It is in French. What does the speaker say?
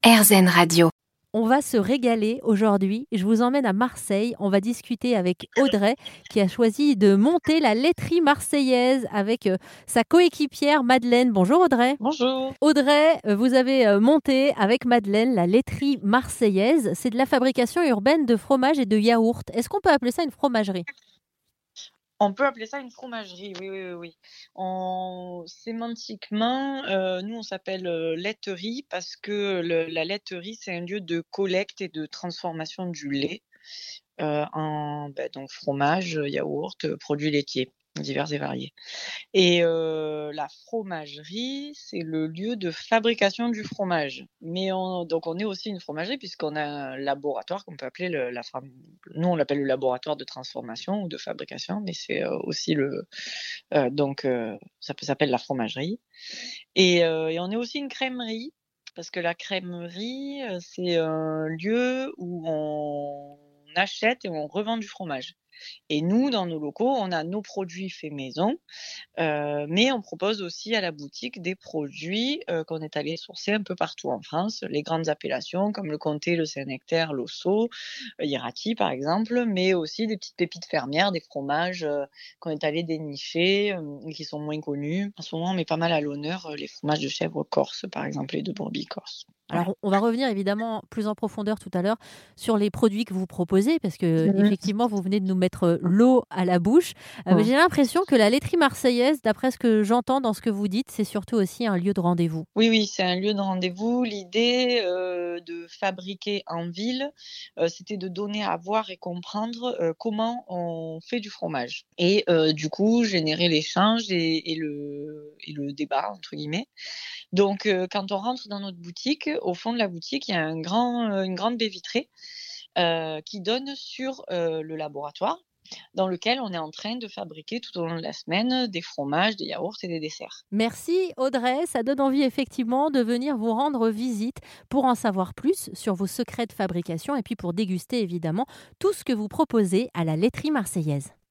RZN Radio. On va se régaler aujourd'hui. Je vous emmène à Marseille. On va discuter avec Audrey qui a choisi de monter la laiterie marseillaise avec sa coéquipière Madeleine. Bonjour Audrey. Bonjour. Audrey, vous avez monté avec Madeleine la laiterie marseillaise. C'est de la fabrication urbaine de fromage et de yaourt. Est-ce qu'on peut appeler ça une fromagerie ? On peut appeler ça une fromagerie, oui. Sémantiquement, nous, on s'appelle laiterie parce que la laiterie, c'est un lieu de collecte et de transformation du lait donc fromage, yaourt, produits laitiers divers et variés. Et la fromagerie, c'est le lieu de fabrication du fromage. Mais donc on est aussi une fromagerie puisqu'on a un laboratoire qu'on peut appeler nous on l'appelle le laboratoire de transformation ou de fabrication, mais c'est aussi ça s'appelle la fromagerie. Et on est aussi une crèmerie parce que la crèmerie, c'est un lieu où on achète et on revend du fromage. Et nous, dans nos locaux, on a nos produits faits maison, mais on propose aussi à la boutique des produits qu'on est allé sourcer un peu partout en France. Les grandes appellations comme le Comté, le Saint-Nectaire, l'Ossau, Irati par exemple, mais aussi des petites pépites fermières, des fromages qu'on est allé dénicher et qui sont moins connus. En ce moment, on met pas mal à l'honneur les fromages de chèvre corse, par exemple, et de brebis corse. Alors, on va revenir évidemment plus en profondeur tout à l'heure sur les produits que vous proposez, parce que effectivement, vous venez de nous mettre l'eau à la bouche. Mais j'ai l'impression que la laiterie marseillaise, d'après ce que j'entends dans ce que vous dites, c'est surtout aussi un lieu de rendez-vous. Oui, c'est un lieu de rendez-vous. L'idée de fabriquer en ville, c'était de donner à voir et comprendre comment on fait du fromage. Et du coup, générer l'échange et le débat, entre guillemets. Donc, quand on rentre dans notre boutique, au fond de la boutique, il y a une grande baie vitrée qui donne sur le laboratoire dans lequel on est en train de fabriquer tout au long de la semaine des fromages, des yaourts et des desserts. Merci Audrey, ça donne envie effectivement de venir vous rendre visite pour en savoir plus sur vos secrets de fabrication et puis pour déguster évidemment tout ce que vous proposez à la laiterie marseillaise.